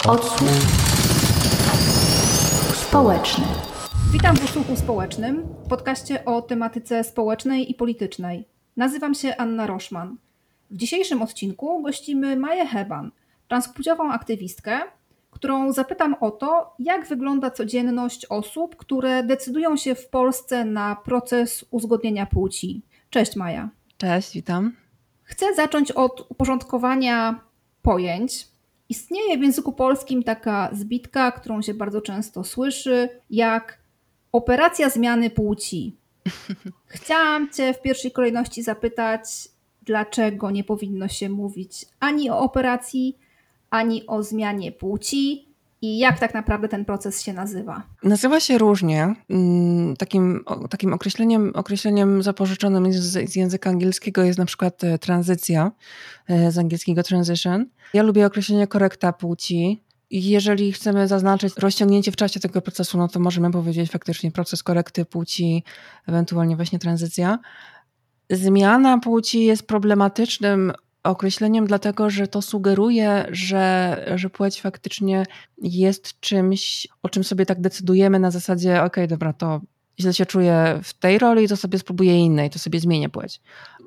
Odsłuch społeczny. Witam w Odsłuchu Społecznym, podcaście o tematyce społecznej i politycznej. Nazywam się Anna Roszman. W dzisiejszym odcinku gościmy Maję Heban, transpłciową aktywistkę, którą zapytam o to, jak wygląda codzienność osób, które decydują się w Polsce na proces uzgodnienia płci. Cześć Maja. Cześć, witam. Chcę zacząć od uporządkowania pojęć. Istnieje w języku polskim taka zbitka, którą się bardzo często słyszy, jak operacja zmiany płci. Chciałam Cię w pierwszej kolejności zapytać, dlaczego nie powinno się mówić ani o operacji, ani o zmianie płci i jak tak naprawdę ten proces się nazywa? Nazywa się różnie. Takim określeniem zapożyczonym z języka angielskiego jest na przykład tranzycja, z angielskiego transition. Ja lubię określenie korekta płci. Jeżeli chcemy zaznaczyć rozciągnięcie w czasie tego procesu, no to możemy powiedzieć faktycznie proces korekty płci, ewentualnie właśnie tranzycja. Zmiana płci jest problematycznym określeniem, dlatego że to sugeruje, że płeć faktycznie jest czymś, o czym sobie tak decydujemy na zasadzie okej, dobra, to źle się czuję w tej roli, to sobie spróbuję innej, to sobie zmienię płeć.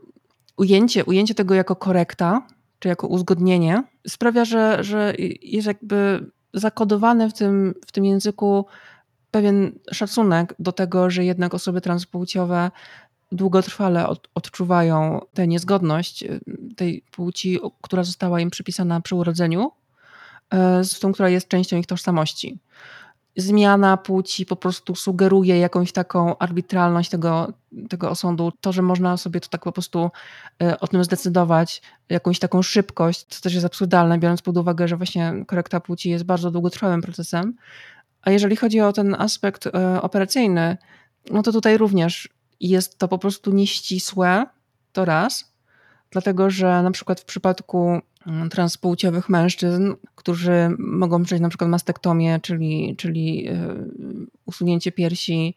Ujęcie tego jako korekta, czy jako uzgodnienie sprawia, że jest jakby zakodowany w tym języku pewien szacunek do tego, że jednak osoby transpłciowe długotrwale odczuwają tę niezgodność tej płci, która została im przypisana przy urodzeniu, z tą, która jest częścią ich tożsamości. Zmiana płci po prostu sugeruje jakąś taką arbitralność tego osądu, to, że można sobie to tak po prostu o tym zdecydować, jakąś taką szybkość, co też jest absurdalne, biorąc pod uwagę, że właśnie korekta płci jest bardzo długotrwałym procesem. A jeżeli chodzi o ten aspekt operacyjny, no to tutaj również jest to po prostu nieścisłe, to raz, dlatego że na przykład w przypadku transpłciowych mężczyzn, którzy mogą przejść na przykład mastektomię, czyli usunięcie piersi,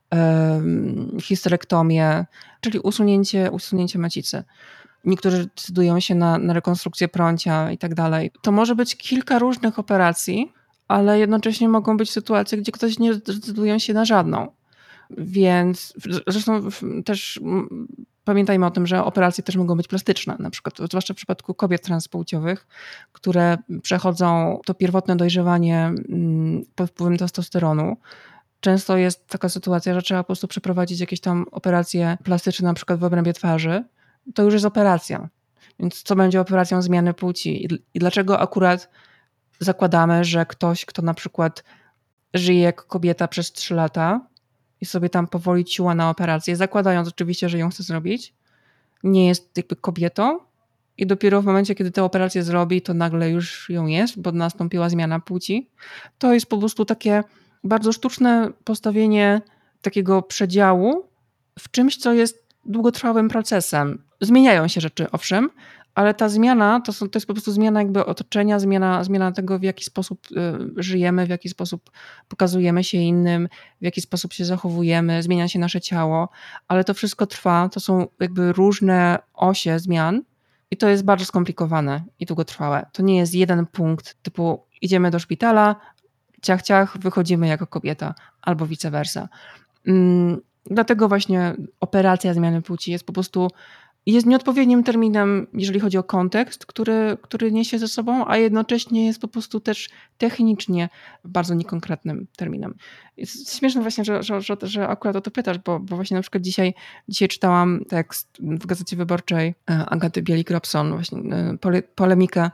histerektomię, czyli usunięcie macicy. Niektórzy decydują się na rekonstrukcję prącia i tak dalej. To może być kilka różnych operacji, ale jednocześnie mogą być sytuacje, gdzie ktoś nie decyduje się na żadną. Więc zresztą też pamiętajmy o tym, że operacje też mogą być plastyczne, na przykład zwłaszcza w przypadku kobiet transpłciowych, które przechodzą to pierwotne dojrzewanie pod wpływem testosteronu. Często jest taka sytuacja, że trzeba po prostu przeprowadzić jakieś tam operacje plastyczne, na przykład w obrębie twarzy. To już jest operacja. Więc co będzie operacją zmiany płci? I dlaczego akurat zakładamy, że ktoś, kto na przykład żyje jako kobieta przez 3 lata i sobie tam powoli ciła na operację, zakładając oczywiście, że ją chce zrobić, nie jest jakby kobietą i dopiero w momencie, kiedy tę operację zrobi, to nagle już ją jest, bo nastąpiła zmiana płci. To jest po prostu takie bardzo sztuczne postawienie takiego przedziału w czymś, co jest długotrwałym procesem. Zmieniają się rzeczy, owszem, ale ta zmiana to jest po prostu zmiana jakby otoczenia, zmiana tego, w jaki sposób żyjemy, w jaki sposób pokazujemy się innym, w jaki sposób się zachowujemy, zmienia się nasze ciało, ale to wszystko trwa, to są jakby różne osie zmian i to jest bardzo skomplikowane i długotrwałe. To nie jest jeden punkt typu idziemy do szpitala, ciach, ciach, wychodzimy jako kobieta albo vice versa. Dlatego właśnie operacja zmiany płci jest nieodpowiednim terminem, jeżeli chodzi o kontekst, który niesie ze sobą, a jednocześnie jest po prostu też technicznie bardzo niekonkretnym terminem. Jest śmieszne właśnie, że akurat o to pytasz, bo właśnie na przykład dzisiaj czytałam tekst w Gazecie Wyborczej Agaty Bielik-Robson, właśnie polemikę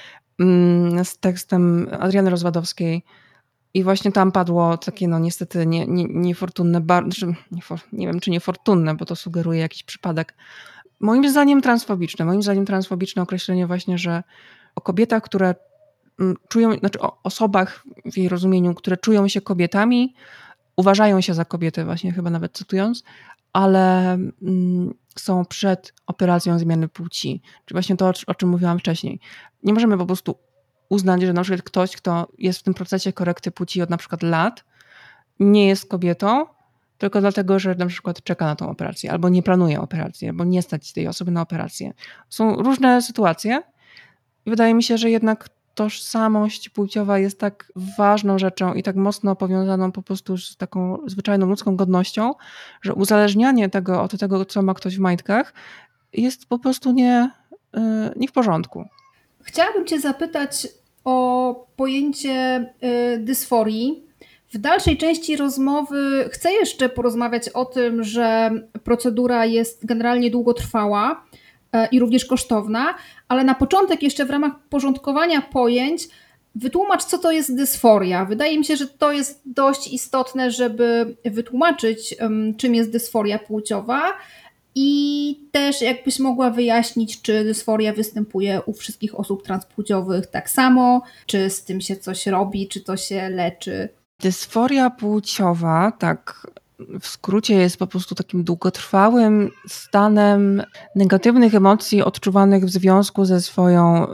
z tekstem Adriany Rozwadowskiej. I właśnie tam padło takie niestety niefortunne, nie wiem czy niefortunne, bo to sugeruje jakiś przypadek. Moim zdaniem transfobiczne określenie właśnie, że o kobietach, które czują, znaczy o osobach w jej rozumieniu, które czują się kobietami, uważają się za kobiety, właśnie chyba nawet cytując, ale są przed operacją zmiany płci. Czyli właśnie to, o czym mówiłam wcześniej. Nie możemy po prostu uznać, że na przykład ktoś, kto jest w tym procesie korekty płci od na przykład lat, nie jest kobietą, tylko dlatego, że na przykład czeka na tą operację, albo nie planuje operacji, albo nie stać tej osoby na operację. Są różne sytuacje i wydaje mi się, że jednak tożsamość płciowa jest tak ważną rzeczą i tak mocno powiązaną po prostu z taką zwyczajną ludzką godnością, że uzależnianie tego od tego, co ma ktoś w majtkach, jest po prostu nie w porządku. Chciałabym Cię zapytać o pojęcie dysforii. W dalszej części rozmowy chcę jeszcze porozmawiać o tym, że procedura jest generalnie długotrwała i również kosztowna, ale na początek jeszcze w ramach porządkowania pojęć wytłumacz, co to jest dysforia. Wydaje mi się, że to jest dość istotne, żeby wytłumaczyć, czym jest dysforia płciowa i też jakbyś mogła wyjaśnić, czy dysforia występuje u wszystkich osób transpłciowych tak samo, czy z tym się coś robi, czy to się leczy. Dysforia płciowa, tak w skrócie, jest po prostu takim długotrwałym stanem negatywnych emocji odczuwanych w związku ze swoją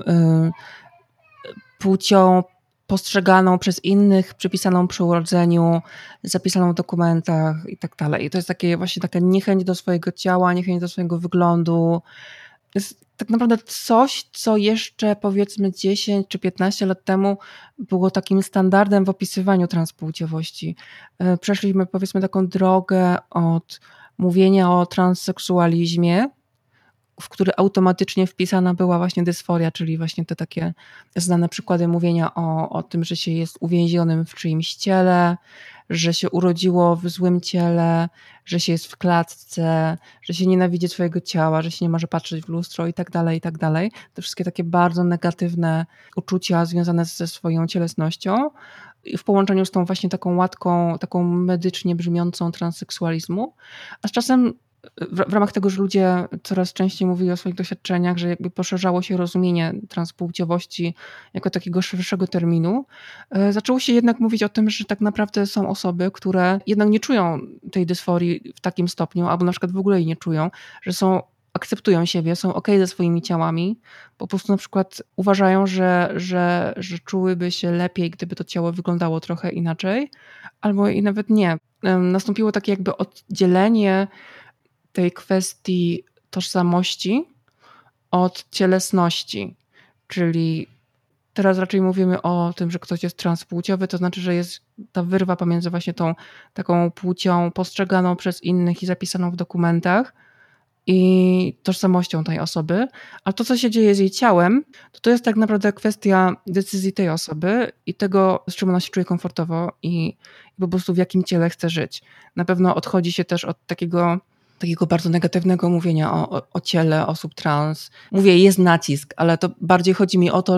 płcią postrzeganą przez innych, przypisaną przy urodzeniu, zapisaną w dokumentach i tak dalej. I to jest taka niechęć do swojego ciała, niechęć do swojego wyglądu. To jest tak naprawdę coś, co jeszcze powiedzmy 10 czy 15 lat temu było takim standardem w opisywaniu transpłciowości. Przeszliśmy powiedzmy taką drogę od mówienia o transseksualizmie, w który automatycznie wpisana była właśnie dysforia, czyli właśnie te takie znane przykłady mówienia o tym, że się jest uwięzionym w czyimś ciele, że się urodziło w złym ciele, że się jest w klatce, że się nienawidzi swojego ciała, że się nie może patrzeć w lustro i tak dalej, i tak dalej. Te wszystkie takie bardzo negatywne uczucia związane ze swoją cielesnością i w połączeniu z tą właśnie taką łatką, taką medycznie brzmiącą transseksualizmu, a z czasem w ramach tego, że ludzie coraz częściej mówili o swoich doświadczeniach, że jakby poszerzało się rozumienie transpłciowości jako takiego szerszego terminu, zaczęło się jednak mówić o tym, że tak naprawdę są osoby, które jednak nie czują tej dysforii w takim stopniu, albo na przykład w ogóle jej nie czują, że akceptują siebie, są okej ze swoimi ciałami, po prostu na przykład uważają, że czułyby się lepiej, gdyby to ciało wyglądało trochę inaczej, albo i nawet nie. Nastąpiło takie jakby oddzielenie tej kwestii tożsamości od cielesności, czyli teraz raczej mówimy o tym, że ktoś jest transpłciowy, to znaczy, że jest ta wyrwa pomiędzy właśnie tą taką płcią postrzeganą przez innych i zapisaną w dokumentach i tożsamością tej osoby, a to, co się dzieje z jej ciałem, to jest tak naprawdę kwestia decyzji tej osoby i tego, z czym ona się czuje komfortowo i po prostu w jakim ciele chce żyć. Na pewno odchodzi się też od takiego bardzo negatywnego mówienia o ciele osób trans. Mówię, jest nacisk, ale to bardziej chodzi mi o to,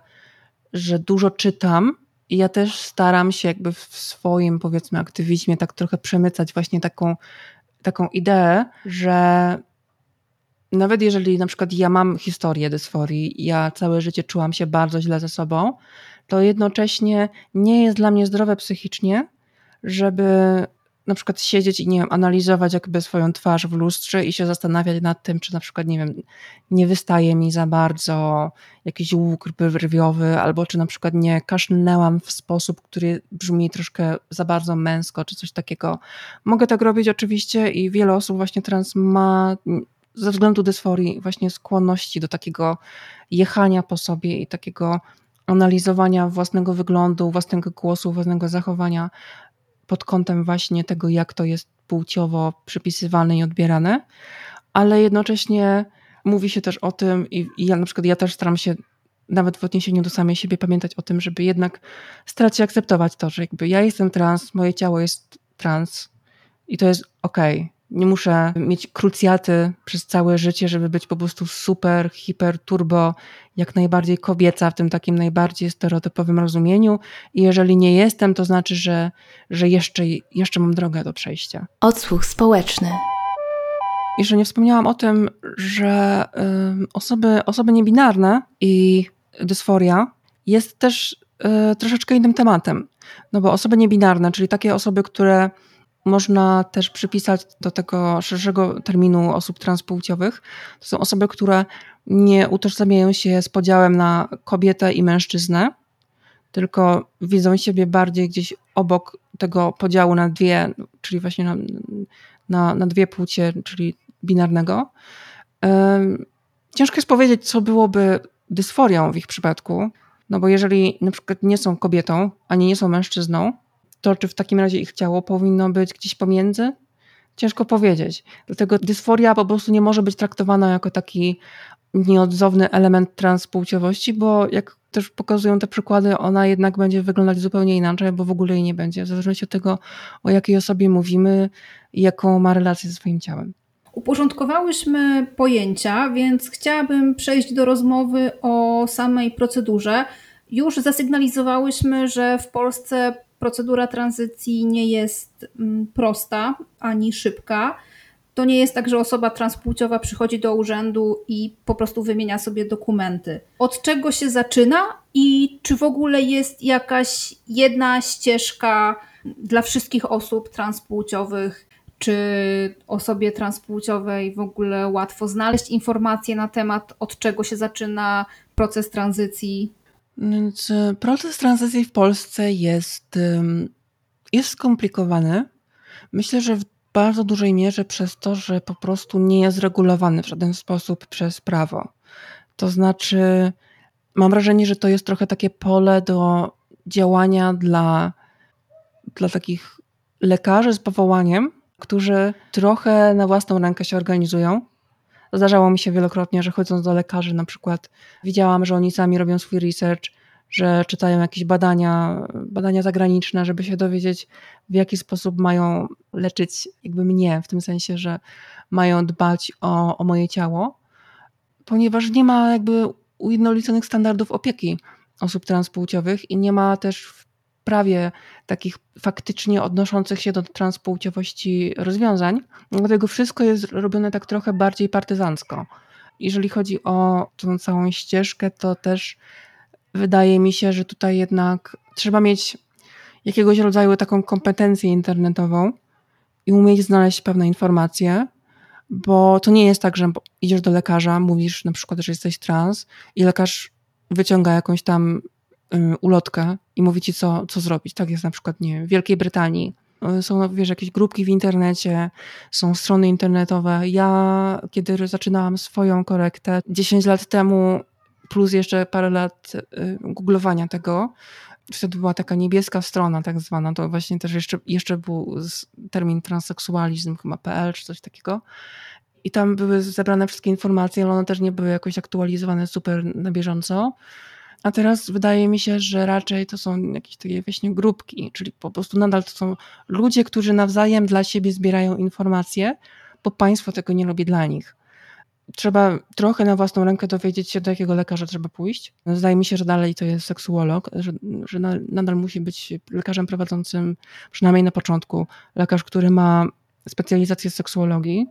że dużo czytam i ja też staram się jakby w swoim, powiedzmy, aktywizmie tak trochę przemycać właśnie taką ideę, że nawet jeżeli na przykład ja mam historię dysforii, ja całe życie czułam się bardzo źle ze sobą, to jednocześnie nie jest dla mnie zdrowe psychicznie, żeby na przykład siedzieć i nie wiem, analizować jakby swoją twarz w lustrze i się zastanawiać nad tym, czy na przykład, nie wiem, nie wystaje mi za bardzo jakiś łuk brwiowy, albo czy na przykład nie kaszlnęłam w sposób, który brzmi troszkę za bardzo męsko, czy coś takiego. Mogę tak robić oczywiście i wiele osób właśnie trans ma ze względu dysforii właśnie skłonności do takiego jechania po sobie i takiego analizowania własnego wyglądu, własnego głosu, własnego zachowania pod kątem właśnie tego, jak to jest płciowo przypisywane i odbierane, ale jednocześnie mówi się też o tym i ja też staram się nawet w odniesieniu do samej siebie pamiętać o tym, żeby jednak starać się akceptować to, że jakby ja jestem trans, moje ciało jest trans i to jest okej. Nie muszę mieć krucjaty przez całe życie, żeby być po prostu super, hiper, turbo, jak najbardziej kobieca w tym takim najbardziej stereotypowym rozumieniu. I jeżeli nie jestem, to znaczy, że jeszcze mam drogę do przejścia. Odsłuch społeczny. Jeszcze nie wspomniałam o tym, że osoby niebinarne i dysforia jest też troszeczkę innym tematem. No bo osoby niebinarne, czyli takie osoby, które można też przypisać do tego szerszego terminu osób transpłciowych. To są osoby, które nie utożsamiają się z podziałem na kobietę i mężczyznę, tylko widzą siebie bardziej gdzieś obok tego podziału na dwie, czyli właśnie na dwie płcie, czyli binarnego. Ciężko jest powiedzieć, co byłoby dysforią w ich przypadku, No bo jeżeli na przykład nie są kobietą, ani nie są mężczyzną, to czy w takim razie ich ciało powinno być gdzieś pomiędzy? Ciężko powiedzieć. Dlatego dysforia po prostu nie może być traktowana jako taki nieodzowny element transpłciowości, bo jak też pokazują te przykłady, ona jednak będzie wyglądać zupełnie inaczej, bo w ogóle jej nie będzie, w zależności od tego, o jakiej osobie mówimy i jaką ma relację ze swoim ciałem. Uporządkowałyśmy pojęcia, więc chciałabym przejść do rozmowy o samej procedurze. Już zasygnalizowałyśmy, że w Polsce procedura tranzycji nie jest prosta ani szybka. To nie jest tak, że osoba transpłciowa przychodzi do urzędu i po prostu wymienia sobie dokumenty. Od czego się zaczyna i czy w ogóle jest jakaś jedna ścieżka dla wszystkich osób transpłciowych? Czy osobie transpłciowej w ogóle łatwo znaleźć informacje na temat, od czego się zaczyna proces tranzycji? Więc proces tranzycji w Polsce jest skomplikowany. Myślę, że w bardzo dużej mierze przez to, że po prostu nie jest regulowany w żaden sposób przez prawo. To znaczy, mam wrażenie, że to jest trochę takie pole do działania dla takich lekarzy z powołaniem, którzy trochę na własną rękę się organizują. Zdarzało mi się wielokrotnie, że chodząc do lekarzy na przykład widziałam, że oni sami robią swój research, że czytają jakieś badania zagraniczne, żeby się dowiedzieć, w jaki sposób mają leczyć jakby mnie, w tym sensie, że mają dbać o moje ciało, ponieważ nie ma jakby ujednoliconych standardów opieki osób transpłciowych i nie ma też w prawie takich faktycznie odnoszących się do transpłciowości rozwiązań. Dlatego wszystko jest robione tak trochę bardziej partyzancko. Jeżeli chodzi o tą całą ścieżkę, to też wydaje mi się, że tutaj jednak trzeba mieć jakiegoś rodzaju taką kompetencję internetową i umieć znaleźć pewne informacje, bo to nie jest tak, że idziesz do lekarza, mówisz na przykład, że jesteś trans i lekarz wyciąga jakąś tam ulotkę i mówi ci, co zrobić. Tak jest na przykład w Wielkiej Brytanii. Są, jakieś grupki w internecie, są strony internetowe. Ja, kiedy zaczynałam swoją korektę 10 lat temu, plus jeszcze parę lat googlowania tego, wtedy była taka niebieska strona tak zwana, to właśnie też jeszcze był termin transseksualizm, chyba PL czy coś takiego. I tam były zebrane wszystkie informacje, ale one też nie były jakoś aktualizowane super na bieżąco. A teraz wydaje mi się, że raczej to są jakieś takie właśnie grupki, czyli po prostu nadal to są ludzie, którzy nawzajem dla siebie zbierają informacje, bo państwo tego nie robi dla nich. Trzeba trochę na własną rękę dowiedzieć się, do jakiego lekarza trzeba pójść. Zdaje mi się, że dalej to jest seksuolog, że nadal musi być lekarzem prowadzącym, przynajmniej na początku, lekarz, który ma specjalizację z seksuologii.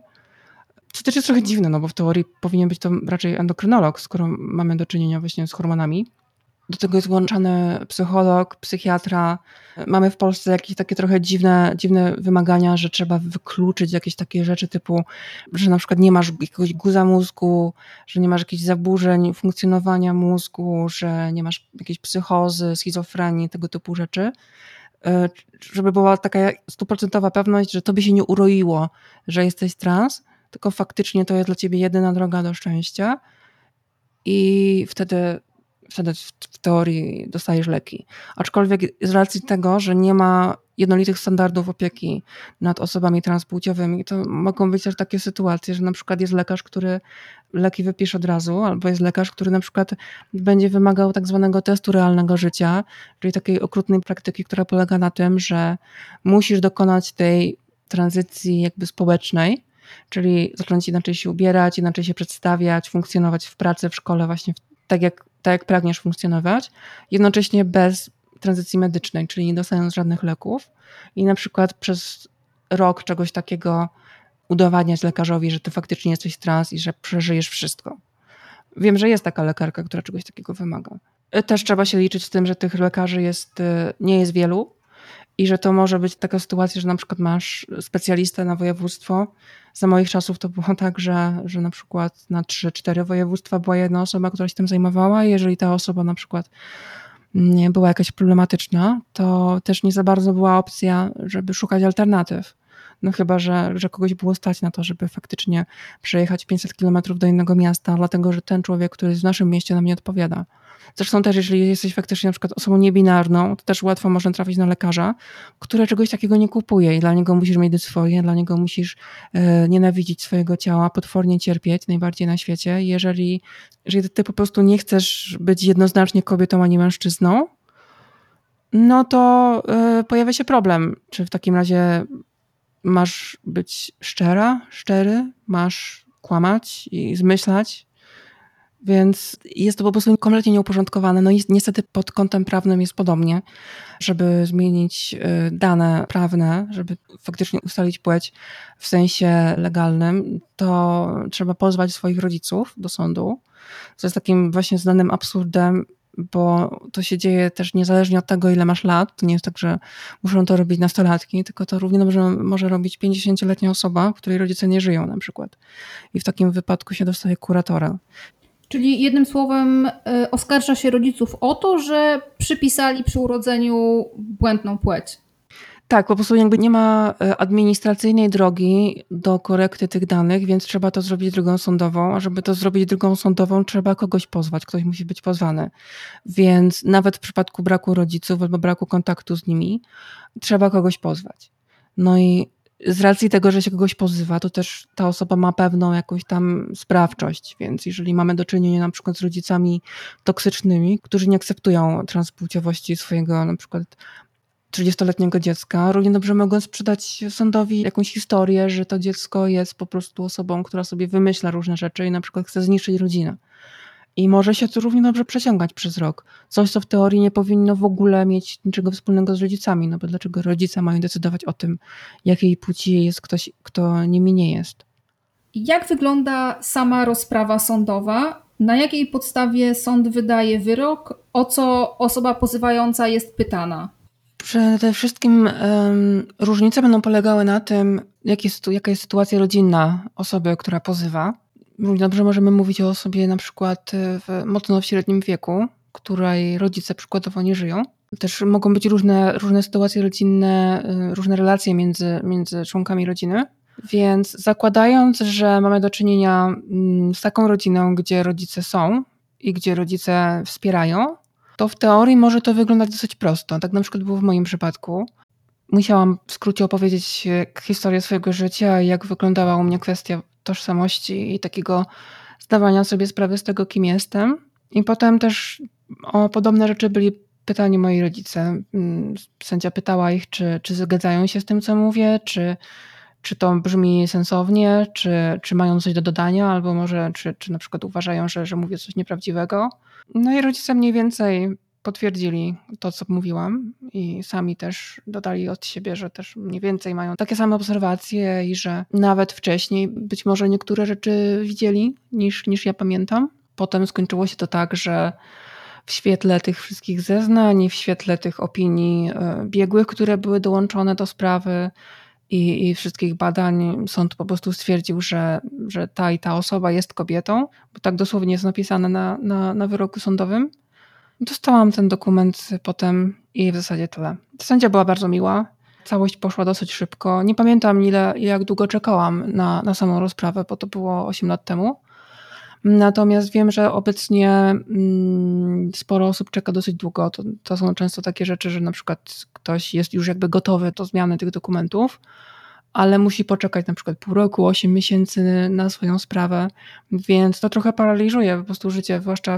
Co też jest trochę dziwne, no bo w teorii powinien być to raczej endokrynolog, skoro mamy do czynienia właśnie z hormonami. Do tego jest włączany psycholog, psychiatra. Mamy w Polsce jakieś takie trochę dziwne wymagania, że trzeba wykluczyć jakieś takie rzeczy typu, że na przykład nie masz jakiegoś guza mózgu, że nie masz jakichś zaburzeń funkcjonowania mózgu, że nie masz jakiejś psychozy, schizofrenii, tego typu rzeczy. Żeby była taka 100% pewność, że tobie się nie uroiło, że jesteś trans, tylko faktycznie to jest dla ciebie jedyna droga do szczęścia i wtedy w teorii dostajesz leki. Aczkolwiek z racji tego, że nie ma jednolitych standardów opieki nad osobami transpłciowymi, to mogą być też takie sytuacje, że na przykład jest lekarz, który leki wypisze od razu, albo jest lekarz, który na przykład będzie wymagał tak zwanego testu realnego życia, czyli takiej okrutnej praktyki, która polega na tym, że musisz dokonać tej tranzycji jakby społecznej, czyli zacząć inaczej się ubierać, inaczej się przedstawiać, funkcjonować w pracy, w szkole, właśnie tak jak pragniesz funkcjonować, jednocześnie bez tranzycji medycznej, czyli nie dostając żadnych leków i na przykład przez rok czegoś takiego udowadniać lekarzowi, że ty faktycznie jesteś trans i że przeżyjesz wszystko. Wiem, że jest taka lekarka, która czegoś takiego wymaga. Też trzeba się liczyć z tym, że tych lekarzy nie jest wielu i że to może być taka sytuacja, że na przykład masz specjalistę na województwo. Za moich czasów to było tak, że na przykład na 3-4 województwa była jedna osoba, która się tym zajmowała i jeżeli ta osoba na przykład nie była jakaś problematyczna, to też nie za bardzo była opcja, żeby szukać alternatyw. No chyba, że kogoś było stać na to, żeby faktycznie przejechać 500 kilometrów do innego miasta, dlatego że ten człowiek, który jest w naszym mieście, nam nie odpowiada. Zresztą też, jeżeli jesteś faktycznie na przykład osobą niebinarną, to też łatwo można trafić na lekarza, który czegoś takiego nie kupuje i dla niego musisz mieć dysforię, dla niego musisz nienawidzić swojego ciała, potwornie cierpieć, najbardziej na świecie. Jeżeli ty po prostu nie chcesz być jednoznacznie kobietą ani mężczyzną, no to pojawia się problem. Czy w takim razie masz być szczery, masz kłamać i zmyślać? Więc jest to po prostu kompletnie nieuporządkowane. No i niestety pod kątem prawnym jest podobnie. Żeby zmienić dane prawne, żeby faktycznie ustalić płeć w sensie legalnym, to trzeba pozwać swoich rodziców do sądu. Co jest takim właśnie znanym absurdem, bo to się dzieje też niezależnie od tego, ile masz lat. To nie jest tak, że muszą to robić nastolatki, tylko to równie dobrze może robić 50-letnia osoba, której rodzice nie żyją na przykład. I w takim wypadku się dostaje kuratora. Czyli jednym słowem oskarża się rodziców o to, że przypisali przy urodzeniu błędną płeć. Tak, po prostu jakby nie ma administracyjnej drogi do korekty tych danych, więc trzeba to zrobić drogą sądową, a żeby to zrobić drogą sądową, trzeba kogoś pozwać, ktoś musi być pozwany. Więc nawet w przypadku braku rodziców albo braku kontaktu z nimi, trzeba kogoś pozwać. No i z racji tego, że się kogoś pozywa, to też ta osoba ma pewną jakąś tam sprawczość, więc jeżeli mamy do czynienia na przykład z rodzicami toksycznymi, którzy nie akceptują transpłciowości swojego na przykład 30-letniego dziecka, równie dobrze mogą sprzedać sądowi jakąś historię, że to dziecko jest po prostu osobą, która sobie wymyśla różne rzeczy i na przykład chce zniszczyć rodzinę. I może się to równie dobrze przeciągać przez rok. Coś, co w teorii nie powinno w ogóle mieć niczego wspólnego z rodzicami, no bo dlaczego rodzice mają decydować o tym, jakiej płci jest ktoś, kto nimi nie jest. Jak wygląda sama rozprawa sądowa? Na jakiej podstawie sąd wydaje wyrok? O co osoba pozywająca jest pytana? Przede wszystkim różnice będą polegały na tym, jaka jest sytuacja rodzinna osoby, która pozywa. Równie dobrze możemy mówić o osobie na przykład mocno w średnim wieku, której rodzice przykładowo nie żyją. Też mogą być różne sytuacje rodzinne, różne relacje między członkami rodziny. Więc zakładając, że mamy do czynienia z taką rodziną, gdzie rodzice są i gdzie rodzice wspierają, to w teorii może to wyglądać dosyć prosto. Tak na przykład było w moim przypadku. Musiałam w skrócie opowiedzieć historię swojego życia i jak wyglądała u mnie kwestia tożsamości i takiego zdawania sobie sprawy z tego, kim jestem. I potem też o podobne rzeczy byli pytani moi rodzice. Sędzia pytała ich, czy zgadzają się z tym, co mówię, czy to brzmi sensownie, czy mają coś do dodania, albo może czy na przykład uważają, że mówię coś nieprawdziwego. No i rodzice mniej więcej potwierdzili to, co mówiłam i sami też dodali od siebie, że też mniej więcej mają takie same obserwacje i że nawet wcześniej być może niektóre rzeczy widzieli niż ja pamiętam. Potem skończyło się to tak, że w świetle tych wszystkich zeznań i w świetle tych opinii biegłych, które były dołączone do sprawy i wszystkich badań, sąd po prostu stwierdził, że ta i ta osoba jest kobietą, bo tak dosłownie jest napisane na wyroku sądowym. Dostałam ten dokument potem i w zasadzie tyle. Sędzia była bardzo miła. Całość poszła dosyć szybko. Nie pamiętam jak długo czekałam na samą rozprawę, bo to było 8 lat temu. Natomiast wiem, że obecnie sporo osób czeka dosyć długo. To są często takie rzeczy, że na przykład ktoś jest już jakby gotowy do zmiany tych dokumentów, ale musi poczekać na przykład pół roku, 8 miesięcy na swoją sprawę, więc to trochę paraliżuje po prostu życie, zwłaszcza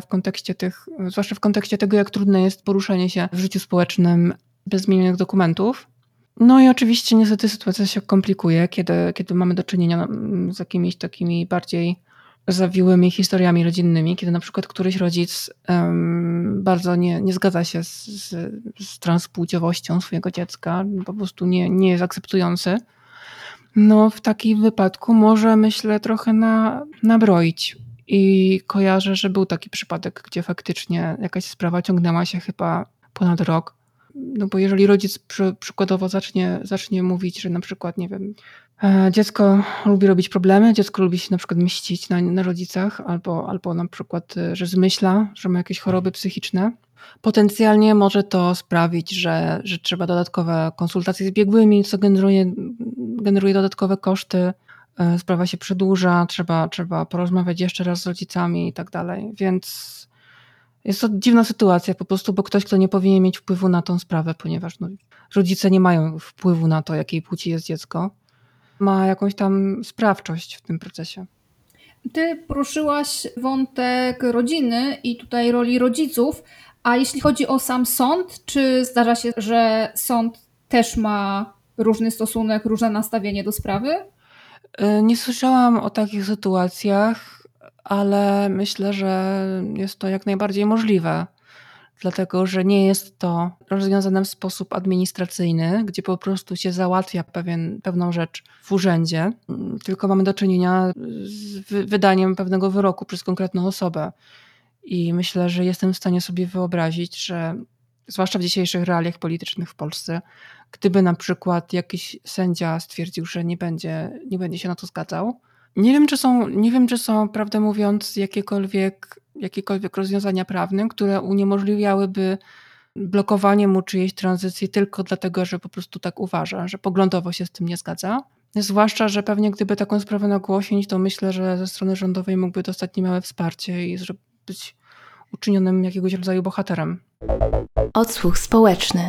w kontekście tego, jak trudne jest poruszanie się w życiu społecznym bez zmienionych dokumentów. No i oczywiście niestety sytuacja się komplikuje, kiedy mamy do czynienia z jakimiś takimi bardziej zawiłymi historiami rodzinnymi, kiedy na przykład któryś rodzic bardzo nie zgadza się z transpłciowością swojego dziecka, po prostu nie jest akceptujący. No w takim wypadku może, myślę, trochę nabroić. I kojarzę, że był taki przypadek, gdzie faktycznie jakaś sprawa ciągnęła się chyba ponad rok. No bo jeżeli rodzic przykładowo zacznie mówić, że na przykład, nie wiem, dziecko lubi robić problemy, dziecko lubi się na przykład mścić na rodzicach, albo na przykład, że zmyśla, że ma jakieś choroby psychiczne. Potencjalnie może to sprawić, że trzeba dodatkowe konsultacje z biegłymi, co generuje generuje dodatkowe koszty, sprawa się przedłuża, trzeba porozmawiać jeszcze raz z rodzicami i tak dalej, więc jest to dziwna sytuacja po prostu, bo ktoś, kto nie powinien mieć wpływu na tą sprawę, ponieważ rodzice nie mają wpływu na to, jakiej płci jest dziecko, ma jakąś tam sprawczość w tym procesie. Ty poruszyłaś wątek rodziny i tutaj roli rodziców, a jeśli chodzi o sam sąd, czy zdarza się, że sąd też ma różny stosunek, różne nastawienie do sprawy? Nie słyszałam o takich sytuacjach, ale myślę, że jest to jak najbardziej możliwe, dlatego że nie jest to rozwiązane w sposób administracyjny, gdzie po prostu się załatwia pewną rzecz w urzędzie, tylko mamy do czynienia z wydaniem pewnego wyroku przez konkretną osobę. I myślę, że jestem w stanie sobie wyobrazić, że zwłaszcza w dzisiejszych realiach politycznych w Polsce, gdyby na przykład jakiś sędzia stwierdził, że nie będzie się na to zgadzał. Nie wiem, czy są, prawdę mówiąc, jakiekolwiek rozwiązania prawne, które uniemożliwiałyby blokowanie mu czyjejś tranzycji tylko dlatego, że po prostu tak uważa, że poglądowo się z tym nie zgadza. Zwłaszcza, że pewnie gdyby taką sprawę nagłośnić, to myślę, że ze strony rządowej mógłby dostać niemałe wsparcie i być uczynionym jakiegoś rodzaju bohaterem. Odsłuch społeczny.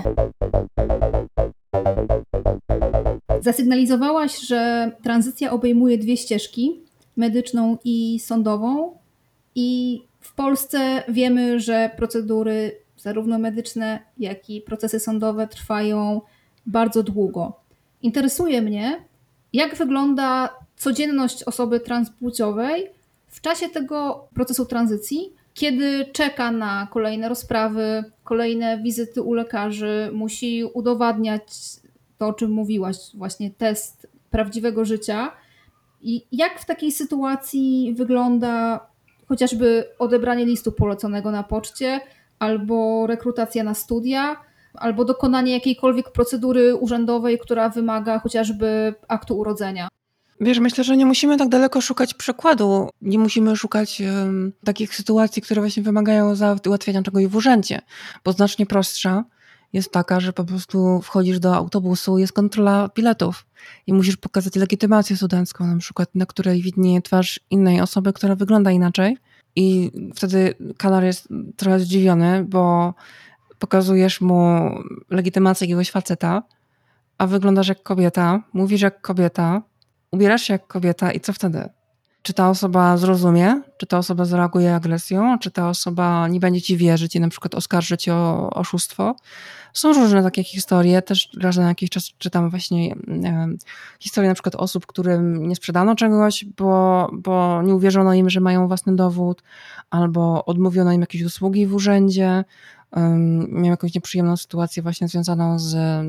Zasygnalizowałaś, że tranzycja obejmuje 2 ścieżki, medyczną i sądową, i w Polsce wiemy, że procedury zarówno medyczne, jak i procesy sądowe trwają bardzo długo. Interesuje mnie, jak wygląda codzienność osoby transpłciowej w czasie tego procesu tranzycji, kiedy czeka na kolejne rozprawy, kolejne wizyty u lekarzy, musi udowadniać to, o czym mówiłaś, właśnie test prawdziwego życia. I jak w takiej sytuacji wygląda chociażby odebranie listu poleconego na poczcie, albo rekrutacja na studia, albo dokonanie jakiejkolwiek procedury urzędowej, która wymaga chociażby aktu urodzenia? Wiesz, myślę, że nie musimy tak daleko szukać przykładu. Nie musimy szukać takich sytuacji, które właśnie wymagają załatwienia czegoś w urzędzie, bo znacznie prostsza jest taka, że po prostu wchodzisz do autobusu, jest kontrola biletów i musisz pokazać legitymację studencką, na przykład, na której widnieje twarz innej osoby, która wygląda inaczej. I wtedy kanar jest trochę zdziwiony, bo pokazujesz mu legitymację jakiegoś faceta, a wyglądasz jak kobieta, mówisz jak kobieta, ubierasz się jak kobieta i co wtedy? Czy ta osoba zrozumie? Czy ta osoba zareaguje agresją? Czy ta osoba nie będzie ci wierzyć i na przykład oskarży cię o oszustwo? Są różne takie historie. Też raz na jakiś czas czytam właśnie historie na przykład osób, którym nie sprzedano czegoś, bo nie uwierzono im, że mają własny dowód, albo odmówiono im jakiejś usługi w urzędzie. Miałem jakąś nieprzyjemną sytuację właśnie związaną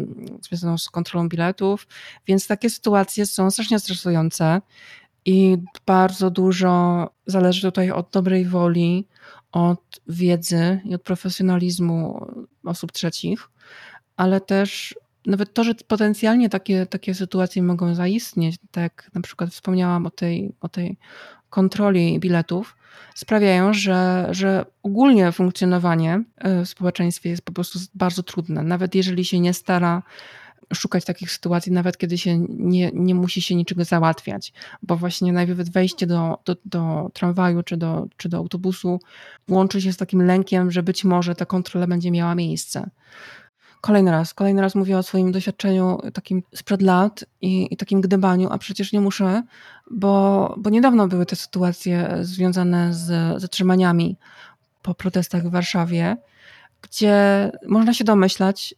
z kontrolą biletów, więc takie sytuacje są strasznie stresujące i bardzo dużo zależy tutaj od dobrej woli, od wiedzy i od profesjonalizmu osób trzecich, ale też nawet to, że potencjalnie takie sytuacje mogą zaistnieć, tak jak na przykład wspomniałam o tej kontroli biletów, sprawiają, że ogólnie funkcjonowanie w społeczeństwie jest po prostu bardzo trudne. Nawet jeżeli się nie stara szukać takich sytuacji, nawet kiedy się nie musi się niczego załatwiać, bo właśnie najpierw wejście do tramwaju czy do autobusu łączy się z takim lękiem, że być może ta kontrola będzie miała miejsce. Kolejny raz mówię o swoim doświadczeniu takim sprzed lat i takim gdybaniu, a przecież nie muszę, bo niedawno były te sytuacje związane z zatrzymaniami po protestach w Warszawie, gdzie można się domyślać,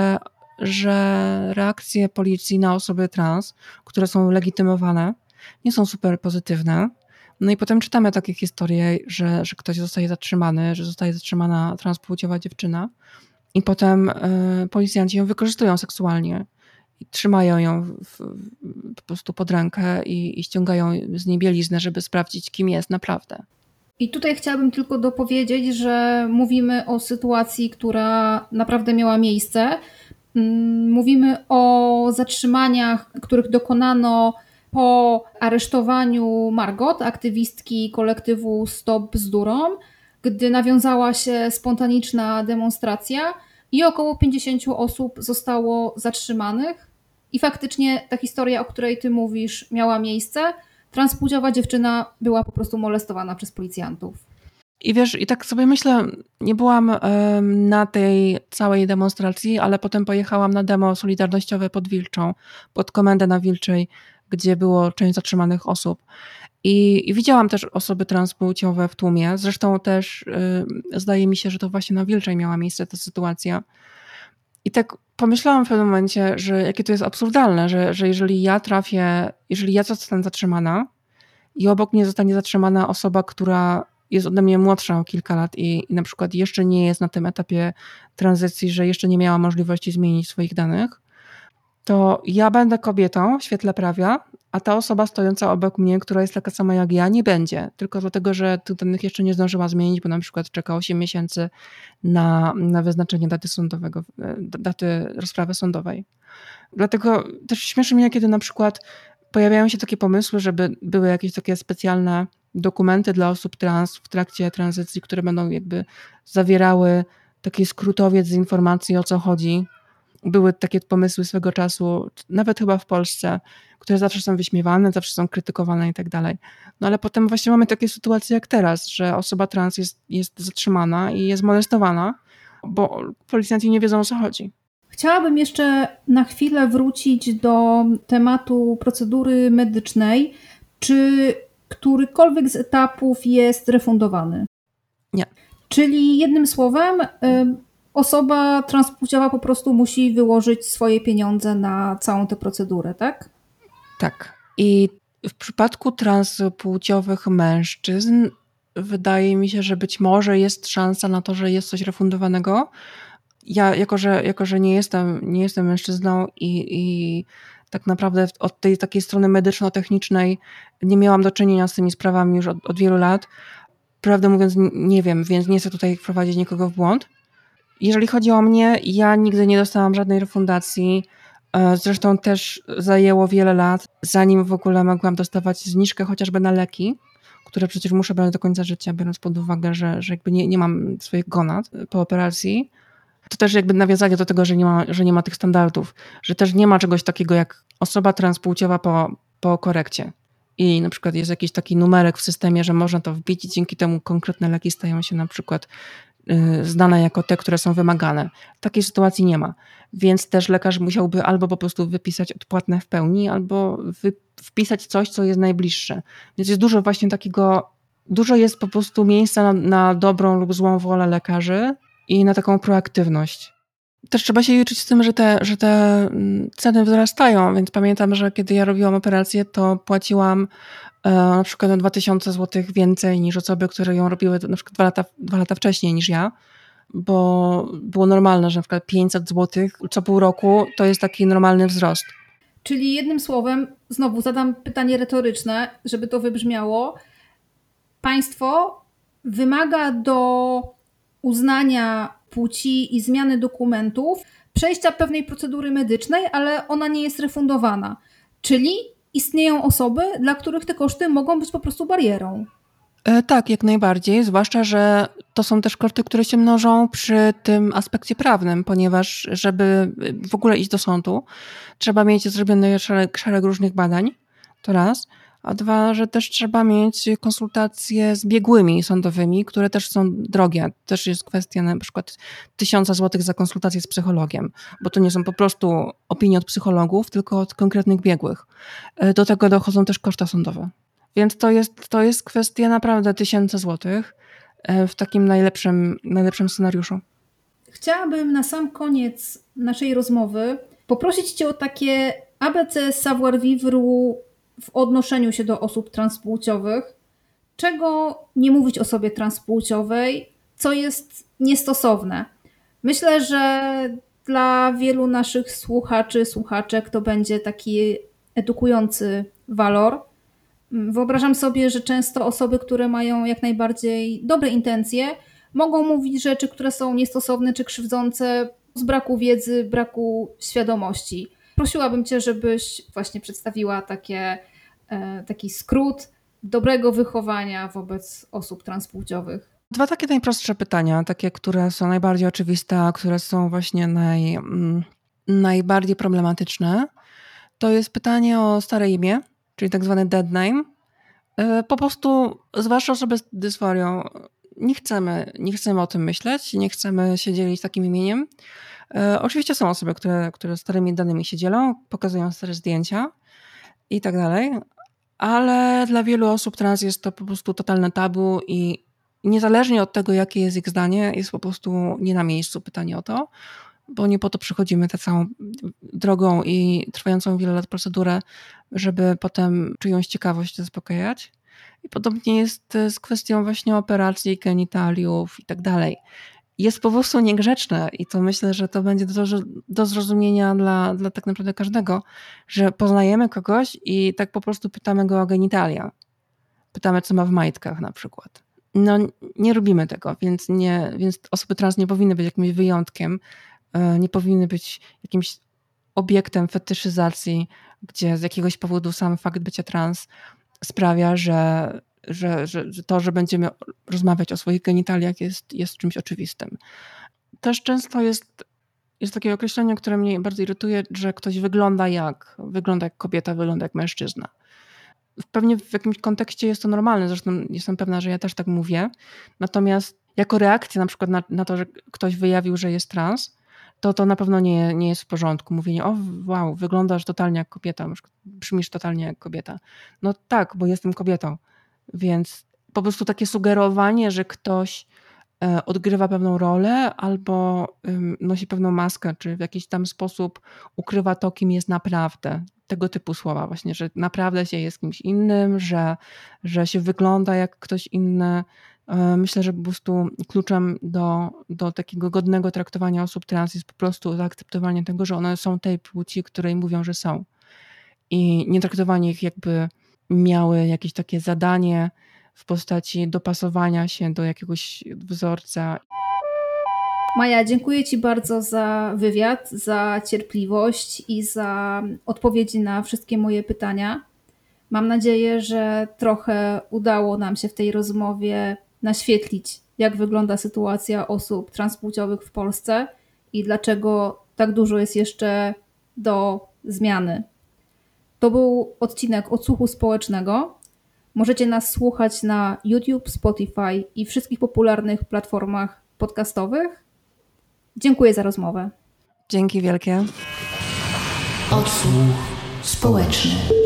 że reakcje policji na osoby trans, które są legitymowane, nie są super pozytywne. No i potem czytamy takie historie, że ktoś zostaje zatrzymany, że zostaje zatrzymana transpłciowa dziewczyna i potem policjanci ją wykorzystują seksualnie i trzymają ją po prostu pod rękę i ściągają z niej bieliznę, żeby sprawdzić, kim jest naprawdę. I tutaj chciałabym tylko dopowiedzieć, że mówimy o sytuacji, która naprawdę miała miejsce. Mówimy o zatrzymaniach, których dokonano po aresztowaniu Margot, aktywistki kolektywu Stop Bzdurom, gdy nawiązała się spontaniczna demonstracja i około 50 osób zostało zatrzymanych. I faktycznie ta historia, o której ty mówisz, miała miejsce. Transpłciowa dziewczyna była po prostu molestowana przez policjantów. I wiesz, i tak sobie myślę, nie byłam na tej całej demonstracji, ale potem pojechałam na demo solidarnościowe pod Wilczą, pod komendę na Wilczej, gdzie było część zatrzymanych osób. I widziałam też osoby transpłciowe w tłumie. Zresztą też zdaje mi się, że to właśnie na Wilczej miała miejsce ta sytuacja. I tak pomyślałam w pewnym momencie, że jakie to jest absurdalne, że jeżeli ja zostanę zatrzymana i obok mnie zostanie zatrzymana osoba, która jest ode mnie młodsza o kilka lat i na przykład jeszcze nie jest na tym etapie tranzycji, że jeszcze nie miała możliwości zmienić swoich danych, to ja będę kobietą w świetle prawa, a ta osoba stojąca obok mnie, która jest taka sama jak ja, nie będzie. Tylko dlatego, że tych danych jeszcze nie zdążyła zmienić, bo na przykład czeka 8 miesięcy na wyznaczenie daty rozprawy sądowej. Dlatego też śmieszy mnie, kiedy na przykład pojawiają się takie pomysły, żeby były jakieś takie specjalne dokumenty dla osób trans w trakcie tranzycji, które będą jakby zawierały taki skrótowiec z informacji, o co chodzi. Były takie pomysły swego czasu, nawet chyba w Polsce, które zawsze są wyśmiewane, zawsze są krytykowane i tak dalej. No ale potem właśnie mamy takie sytuacje jak teraz, że osoba trans jest zatrzymana i jest molestowana, bo policjanci nie wiedzą, o co chodzi. Chciałabym jeszcze na chwilę wrócić do tematu procedury medycznej. Czy którykolwiek z etapów jest refundowany? Nie. Czyli jednym słowem, osoba transpłciowa po prostu musi wyłożyć swoje pieniądze na całą tę procedurę, tak? Tak. I w przypadku transpłciowych mężczyzn wydaje mi się, że być może jest szansa na to, że jest coś refundowanego. Ja, jako że nie jestem mężczyzną i tak naprawdę od tej takiej strony medyczno-technicznej nie miałam do czynienia z tymi sprawami już od wielu lat. Prawdę mówiąc nie wiem, więc nie chcę tutaj wprowadzić nikogo w błąd. Jeżeli chodzi o mnie, ja nigdy nie dostałam żadnej refundacji. Zresztą też zajęło wiele lat, zanim w ogóle mogłam dostawać zniżkę chociażby na leki, które przecież muszę brać do końca życia, biorąc pod uwagę, że jakby nie mam swoich gonad po operacji. To też jakby nawiązanie do tego, że nie ma tych standardów, że też nie ma czegoś takiego jak osoba transpłciowa po korekcie. I na przykład jest jakiś taki numerek w systemie, że można to wbić i dzięki temu konkretne leki stają się na przykład znane jako te, które są wymagane. Takiej sytuacji nie ma. Więc też lekarz musiałby albo po prostu wypisać odpłatne w pełni, albo wpisać coś, co jest najbliższe. Więc jest dużo właśnie takiego, dużo jest po prostu miejsca na dobrą lub złą wolę lekarzy i na taką proaktywność. Też trzeba się liczyć z tym, że te ceny wzrastają, więc pamiętam, że kiedy ja robiłam operację, to płaciłam na przykład na 2000 zł więcej niż osoby, które ją robiły na przykład 2 lata wcześniej niż ja, bo było normalne, że na przykład 500 zł co pół roku to jest taki normalny wzrost. Czyli jednym słowem, znowu zadam pytanie retoryczne, żeby to wybrzmiało. Państwo wymaga do uznania płci i zmiany dokumentów przejścia pewnej procedury medycznej, ale ona nie jest refundowana. Czyli istnieją osoby, dla których te koszty mogą być po prostu barierą. Tak, jak najbardziej, zwłaszcza, że to są też koszty, które się mnożą przy tym aspekcie prawnym, ponieważ żeby w ogóle iść do sądu, trzeba mieć zrobiony szereg różnych badań, to raz, a dwa, że też trzeba mieć konsultacje z biegłymi sądowymi, które też są drogie. Też jest kwestia na przykład 1000 zł za konsultację z psychologiem, bo to nie są po prostu opinie od psychologów, tylko od konkretnych biegłych. Do tego dochodzą też koszta sądowe. Więc to jest kwestia naprawdę 1000 złotych w takim najlepszym scenariuszu. Chciałabym na sam koniec naszej rozmowy poprosić Cię o takie ABC savoir-vivre w odnoszeniu się do osób transpłciowych. Czego nie mówić osobie transpłciowej, co jest niestosowne. Myślę, że dla wielu naszych słuchaczy, słuchaczek to będzie taki edukujący walor. Wyobrażam sobie, że często osoby, które mają jak najbardziej dobre intencje, mogą mówić rzeczy, które są niestosowne czy krzywdzące z braku wiedzy, braku świadomości. Prosiłabym Cię, żebyś właśnie przedstawiła taki skrót dobrego wychowania wobec osób transpłciowych. 2 takie najprostsze pytania, takie, które są najbardziej oczywiste, a które są właśnie najbardziej problematyczne. To jest pytanie o stare imię, czyli tak zwany dead name. Po prostu, zwłaszcza osoby z dysforią, nie chcemy o tym myśleć, nie chcemy się dzielić takim imieniem. Oczywiście są osoby, które starymi danymi się dzielą, pokazują stare zdjęcia i tak dalej, ale dla wielu osób trans jest to po prostu totalne tabu i niezależnie od tego, jakie jest ich zdanie, jest po prostu nie na miejscu pytanie o to, bo nie po to przechodzimy tę całą drogą i trwającą wiele lat procedurę, żeby potem czyjąś ciekawość zaspokajać. I podobnie jest z kwestią właśnie operacji, genitaliów i tak dalej. Jest po prostu niegrzeczne i to myślę, że to będzie do zrozumienia dla tak naprawdę każdego, że poznajemy kogoś i tak po prostu pytamy go o genitalia. Pytamy, co ma w majtkach na przykład. No nie robimy tego, więc osoby trans nie powinny być jakimś wyjątkiem, nie powinny być jakimś obiektem fetyszyzacji, gdzie z jakiegoś powodu sam fakt bycia trans sprawia, że to, że będziemy rozmawiać o swoich genitaliach jest czymś oczywistym. Też często jest takie określenie, które mnie bardzo irytuje, że ktoś wygląda jak kobieta, wygląda jak mężczyzna. Pewnie w jakimś kontekście jest to normalne, zresztą jestem pewna, że ja też tak mówię. Natomiast jako reakcja na przykład na to, że ktoś wyjawił, że jest trans, to na pewno nie jest w porządku. Mówienie, o wow, wyglądasz totalnie jak kobieta, brzmisz totalnie jak kobieta. No tak, bo jestem kobietą. Więc po prostu takie sugerowanie, że ktoś odgrywa pewną rolę albo nosi pewną maskę, czy w jakiś tam sposób ukrywa to, kim jest naprawdę. Tego typu słowa właśnie, że naprawdę się jest kimś innym, że się wygląda jak ktoś inny. Myślę, że po prostu kluczem do takiego godnego traktowania osób trans jest po prostu zaakceptowanie tego, że one są tej płci, której mówią, że są. I nie traktowanie ich jakby miały jakieś takie zadanie w postaci dopasowania się do jakiegoś wzorca. Maja, dziękuję Ci bardzo za wywiad, za cierpliwość i za odpowiedzi na wszystkie moje pytania. Mam nadzieję, że trochę udało nam się w tej rozmowie naświetlić, jak wygląda sytuacja osób transpłciowych w Polsce i dlaczego tak dużo jest jeszcze do zmiany. To był odcinek Odsłuchu Społecznego. Możecie nas słuchać na YouTube, Spotify i wszystkich popularnych platformach podcastowych. Dziękuję za rozmowę. Dzięki wielkie. Odsłuch społeczny.